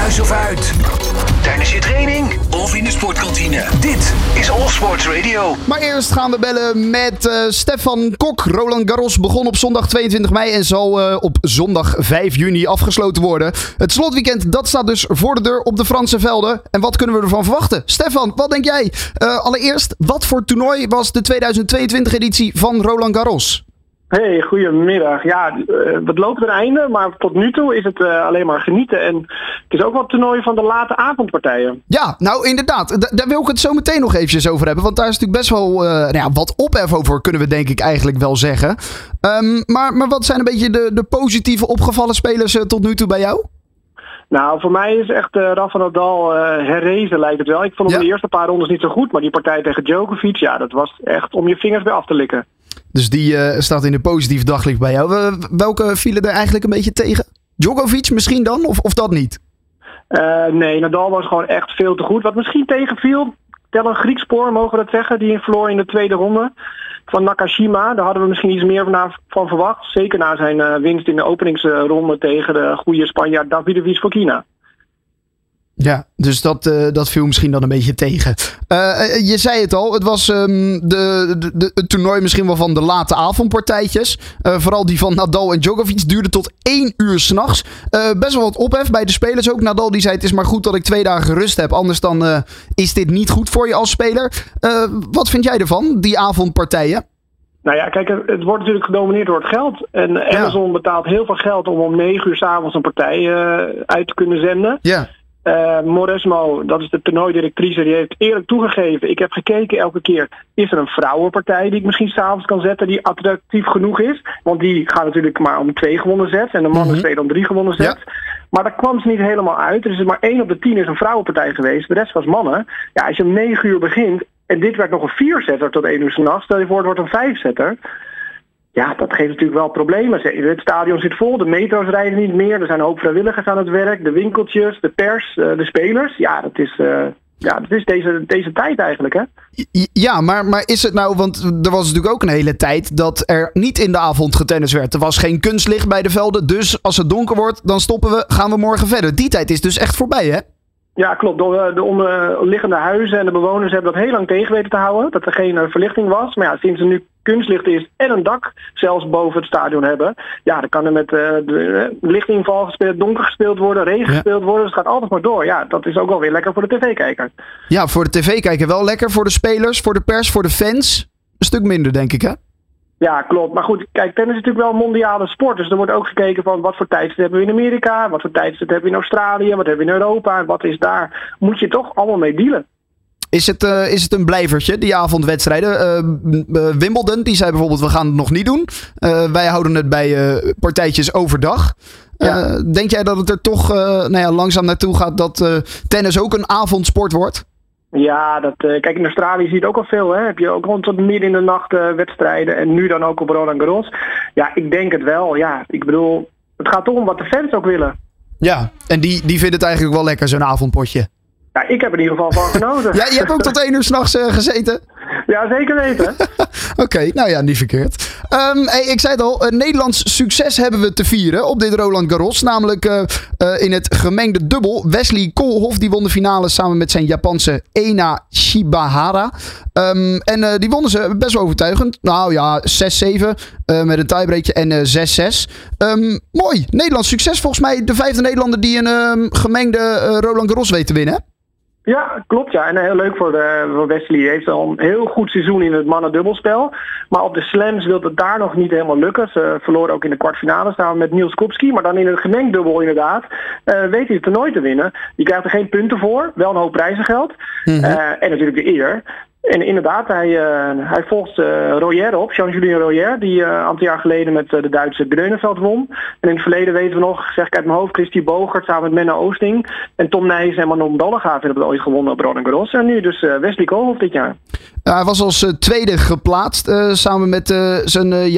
thuis of uit, tijdens je training of in de sportkantine. Dit is All Sports Radio. Maar eerst gaan we bellen met Stefan Kok. Roland Garros begon op zondag 22 mei en zal op zondag 5 juni afgesloten worden. Het slotweekend, dat staat dus voor de deur op de Franse velden. En wat kunnen we ervan verwachten? Stefan, wat denk jij? Allereerst, wat voor toernooi was de 2022 editie van Roland Garros? Hey, goedemiddag. Ja, het loopt een einde, maar tot nu toe is het alleen maar genieten. En het is ook wel het toernooi van de late avondpartijen. Ja, nou inderdaad. Daar wil ik het zo meteen nog eventjes over hebben. Want daar is natuurlijk best wel wat ophef over, kunnen we denk ik eigenlijk wel zeggen. Maar wat zijn een beetje de positieve opgevallen spelers tot nu toe bij jou? Nou, voor mij is echt Rafa Nadal herrezen lijkt het wel. Ik vond hem de eerste paar rondes niet zo goed, maar die partij tegen Djokovic, ja, dat was echt om je vingers bij af te likken. Dus die staat in de positieve daglicht bij jou. Welke vielen er eigenlijk een beetje tegen? Djokovic misschien dan, of dat niet? Nee, Nadal was gewoon echt veel te goed. Wat misschien tegenviel, tel een Grieks spoor, mogen we dat zeggen, die verloor in de tweede ronde van Nakashima. Daar hadden we misschien iets meer van verwacht. Zeker na zijn winst in de openingsronde tegen de goede Spanjaard Davidovich Fokina. Ja, dus dat viel misschien dan een beetje tegen. Je zei het al, het was het toernooi misschien wel van de late avondpartijtjes. Vooral die van Nadal en Djokovic duurde tot 1 uur 's nachts. Best wel wat ophef bij de spelers ook. Nadal die zei het is maar goed dat ik 2 dagen rust heb. Anders dan is dit niet goed voor je als speler. Wat vind jij ervan, die avondpartijen? Nou ja, kijk, het wordt natuurlijk gedomineerd door het geld. En Amazon betaalt heel veel geld om 9 uur 's avonds een partij uit te kunnen zenden. Ja. Mauresmo, dat is de toernooidirectrice, die heeft eerlijk toegegeven. Ik heb gekeken elke keer, is er een vrouwenpartij die ik misschien 's avonds kan zetten die attractief genoeg is? Want die gaan natuurlijk maar om 2 gewonnen sets en de mannen spelen om 3 gewonnen sets. Ja. Maar daar kwam ze niet helemaal uit. Er is maar 1 op de 10 is een vrouwenpartij geweest, de rest was mannen. Ja, als je om 9 uur begint en dit werd nog een 4-setter tot 1 uur 's nachts, stel je voor het wordt een 5-setter. Ja, dat geeft natuurlijk wel problemen. Het stadion zit vol, de metro's rijden niet meer. Er zijn een hoop vrijwilligers aan het werk, de winkeltjes, de pers, de spelers. Ja, dat is deze tijd eigenlijk, hè? Ja, maar is het nou, want er was natuurlijk ook een hele tijd dat er niet in de avond getennis werd. Er was geen kunstlicht bij de velden, dus als het donker wordt, dan stoppen we, gaan we morgen verder. Die tijd is dus echt voorbij, hè? Ja, klopt. De onderliggende huizen en de bewoners hebben dat heel lang tegen weten te houden. Dat er geen verlichting was. Maar ja, sinds er nu kunstlicht is en een dak zelfs boven het stadion hebben. Ja, dan kan er met de lichtinval gespeeld, donker gespeeld worden, regen gespeeld worden. Dus het gaat altijd maar door. Ja, dat is ook wel weer lekker voor de tv-kijker. Ja, voor de tv-kijker wel lekker. Voor de spelers, voor de pers, voor de fans. Een stuk minder, denk ik, hè? Ja, klopt. Maar goed, kijk, tennis is natuurlijk wel een mondiale sport. Dus er wordt ook gekeken van wat voor tijdstip hebben we in Amerika, wat voor tijdstip hebben we in Australië, wat hebben we in Europa en wat is daar. Moet je toch allemaal mee dealen. Is het een blijvertje, die avondwedstrijden? Wimbledon, die zei bijvoorbeeld, we gaan het nog niet doen. Wij houden het bij partijtjes overdag. Ja. Denk jij dat het er toch langzaam naartoe gaat dat tennis ook een avondsport wordt? Ja, kijk, in Australië zie je het ook al veel. Hè? Heb je ook rond tot midden in de nacht wedstrijden en nu dan ook op Roland Garros. Ja, ik denk het wel. Ja, ik bedoel, het gaat toch om wat de fans ook willen. Ja, en die vinden het eigenlijk wel lekker, zo'n avondpotje. Ja, ik heb er in ieder geval van genoten. Ja, je hebt ook tot 1 uur 's nachts gezeten? Ja, zeker weten. Oké, nou ja, niet verkeerd. Ik zei het al, Nederlands succes hebben we te vieren op dit Roland Garros. Namelijk in het gemengde dubbel. Wesley Koolhof, die won de finale samen met zijn Japanse Ena Shibahara. En die wonnen ze best wel overtuigend. Nou ja, 6-7 met een tiebreakje en 6-6. Mooi, Nederlands succes. Volgens mij de 5e Nederlander die een gemengde Roland Garros weet te winnen. Ja, klopt ja. En heel leuk voor Wesley. Hij heeft al een heel goed seizoen in het mannendubbelspel. Maar op de slams wilde het daar nog niet helemaal lukken. Ze verloren ook in de kwartfinale samen met Niels Kopski. Maar dan in het gemengd dubbel inderdaad weet hij het toernooi te winnen. Je krijgt er geen punten voor. Wel een hoop prijzengeld. En natuurlijk de eer. En inderdaad, hij volgt Royer op, Jean-Julien Royer, die een aantal jaar geleden met de Duitse Greuneveld won. En in het verleden weten we nog, zeg ik uit mijn hoofd, Christy Bogert samen met Menno Oosting. En Tom Nijs en Manon Dallegaard hebben het ooit gewonnen op Roland Garros. En nu dus Wesley Koolhof dit jaar. Hij was als tweede geplaatst, samen met zijn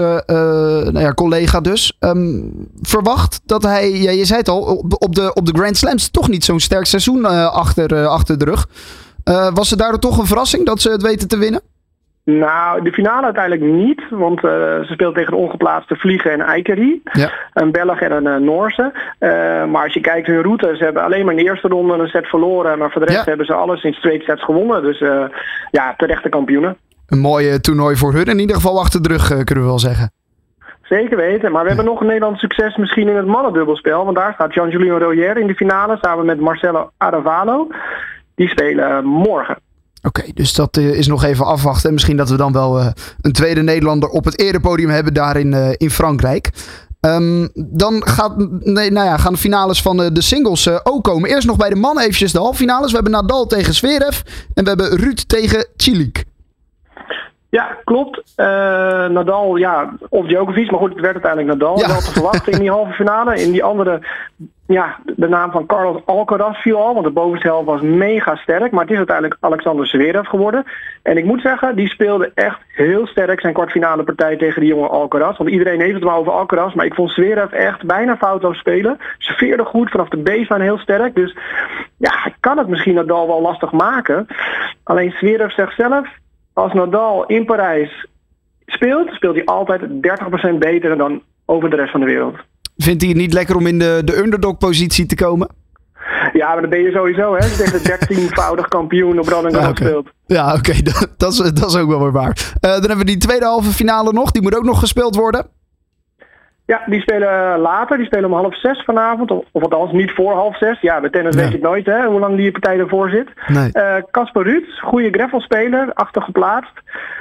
Japanse collega dus. Verwacht dat hij, je zei het al, op de Grand Slams toch niet zo'n sterk seizoen achter de rug. Was het daardoor toch een verrassing dat ze het weten te winnen? Nou, de finale uiteindelijk niet. Want ze speelt tegen de ongeplaatste Vliegen en Eikerie. Ja. Een Belg en een Noorse. Maar als je kijkt hun route, ze hebben alleen maar in de eerste ronde een set verloren. Maar voor de rest hebben ze alles in straight sets gewonnen. Dus terechte kampioenen. Een mooi toernooi voor hun. In ieder geval achter de rug, kunnen we wel zeggen. Zeker weten. Maar we hebben nog een Nederlands succes misschien in het mannendubbelspel. Want daar staat Jean-Julien Royer in de finale samen met Marcelo Aravalo. Die spelen morgen. Oké, dus dat is nog even afwachten. Misschien dat we dan wel een tweede Nederlander op het erepodium hebben daar in Frankrijk. Dan gaan de finales van de singles ook komen. Eerst nog bij de mannen eventjes de halffinales. We hebben Nadal tegen Zverev en we hebben Ruud tegen Cilic. Ja, klopt. Nadal, of Djokovic, maar goed, het werd uiteindelijk Nadal. Wel te verwachten in die halve finale. In die andere, de naam van Carlos Alcaraz viel al, want de bovenste helft was mega sterk. Maar het is uiteindelijk Alexander Zverev geworden. En ik moet zeggen, die speelde echt heel sterk zijn kwartfinale partij tegen die jonge Alcaraz. Want iedereen heeft het maar over Alcaraz, maar ik vond Zverev echt bijna foutloos spelen. Serveerde goed, vanaf de baseline heel sterk. Dus hij kan het misschien Nadal wel lastig maken. Alleen Zverev zegt zelf, als Nadal in Parijs speelt hij altijd 30% beter dan over de rest van de wereld. Vindt hij het niet lekker om in de underdog-positie te komen? Ja, maar dat ben je sowieso, hè? Als je tegen de 13-voudig kampioen op Roland Garros speelt. Ja, oké. Dat is ook wel weer waar. Dan hebben we die tweede halve finale nog. Die moet ook nog gespeeld worden. Ja, die spelen later. Die spelen om 5:30 vanavond. Of althans niet voor 5:30. Ja, bij tennis weet je het nooit, hè, hoe lang die partij ervoor zit. Casper Ruud, goede greffelspeler, achtergeplaatst.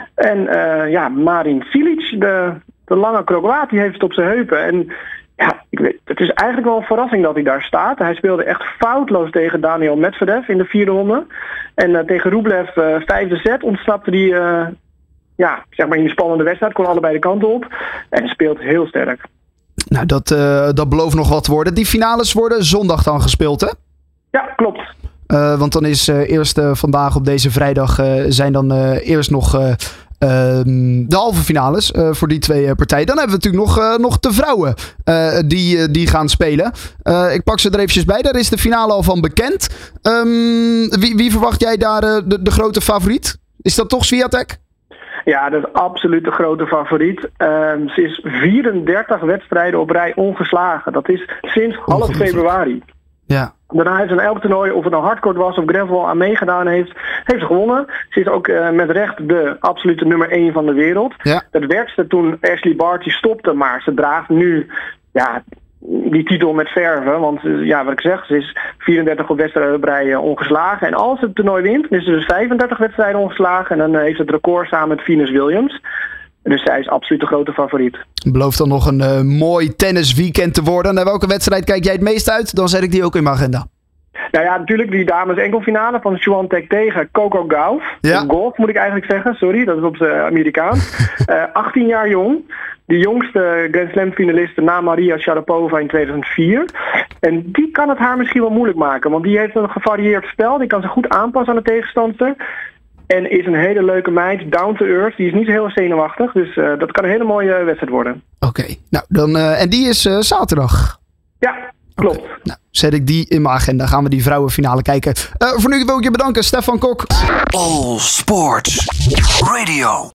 En Marin Cilic, de lange Kroaat, die heeft het op zijn heupen. En het is eigenlijk wel een verrassing dat hij daar staat. Hij speelde echt foutloos tegen Daniel Medvedev in de 4e ronde. En tegen Rublev 5e set ontsnapte hij in die spannende wedstrijd. Kon allebei de kanten op. En speelt heel sterk. Nou, dat belooft nog wat te worden. Die finales worden zondag dan gespeeld, hè? Ja, klopt. Want dan is eerst vandaag op deze vrijdag zijn dan eerst nog de halve finales voor die twee partijen. Dan hebben we natuurlijk nog de vrouwen die gaan spelen. Ik pak ze er eventjes bij. Daar is de finale al van bekend. Wie verwacht jij daar de grote favoriet? Is dat toch Swiatek? Ja, dat is absoluut de grote favoriet. Ze is 34 wedstrijden op rij ongeslagen. Dat is sinds half februari. Ja. Daarna heeft ze een elk toernooi, of het nou hardcourt was of gravel aan meegedaan heeft ze gewonnen. Ze is ook met recht de absolute nummer 1 van de wereld. Ja. Dat werd ze toen Ashley Barty stopte, maar ze draagt nu die titel met verve. Want wat ik zeg, ze is 34 op wedstrijden op rij ongeslagen. En als ze het toernooi wint, dan is ze dus 35 wedstrijden ongeslagen. En dan heeft ze het record samen met Venus Williams. Dus zij is absoluut de grote favoriet. Belooft dan nog een mooi tennisweekend te worden. Naar welke wedstrijd kijk jij het meest uit? Dan zet ik die ook in mijn agenda. Nou ja, natuurlijk die dames enkelfinale van Swiatek tegen Coco Gauff. Ja. Golf moet ik eigenlijk zeggen, sorry, dat is op zijn Amerikaans. 18 jaar jong. De jongste Grand Slam finaliste na Maria Sharapova in 2004. En die kan het haar misschien wel moeilijk maken. Want die heeft een gevarieerd spel. Die kan zich goed aanpassen aan de tegenstander. En is een hele leuke meid, down to earth. Die is niet zo heel zenuwachtig. Dus dat kan een hele mooie wedstrijd worden. Oké. Nou, dan en die is zaterdag. Ja, klopt. Okay. Nou, zet ik die in mijn agenda. Gaan we die vrouwenfinale kijken. Voor nu wil ik je bedanken, Stefan Kok. All Sports Radio.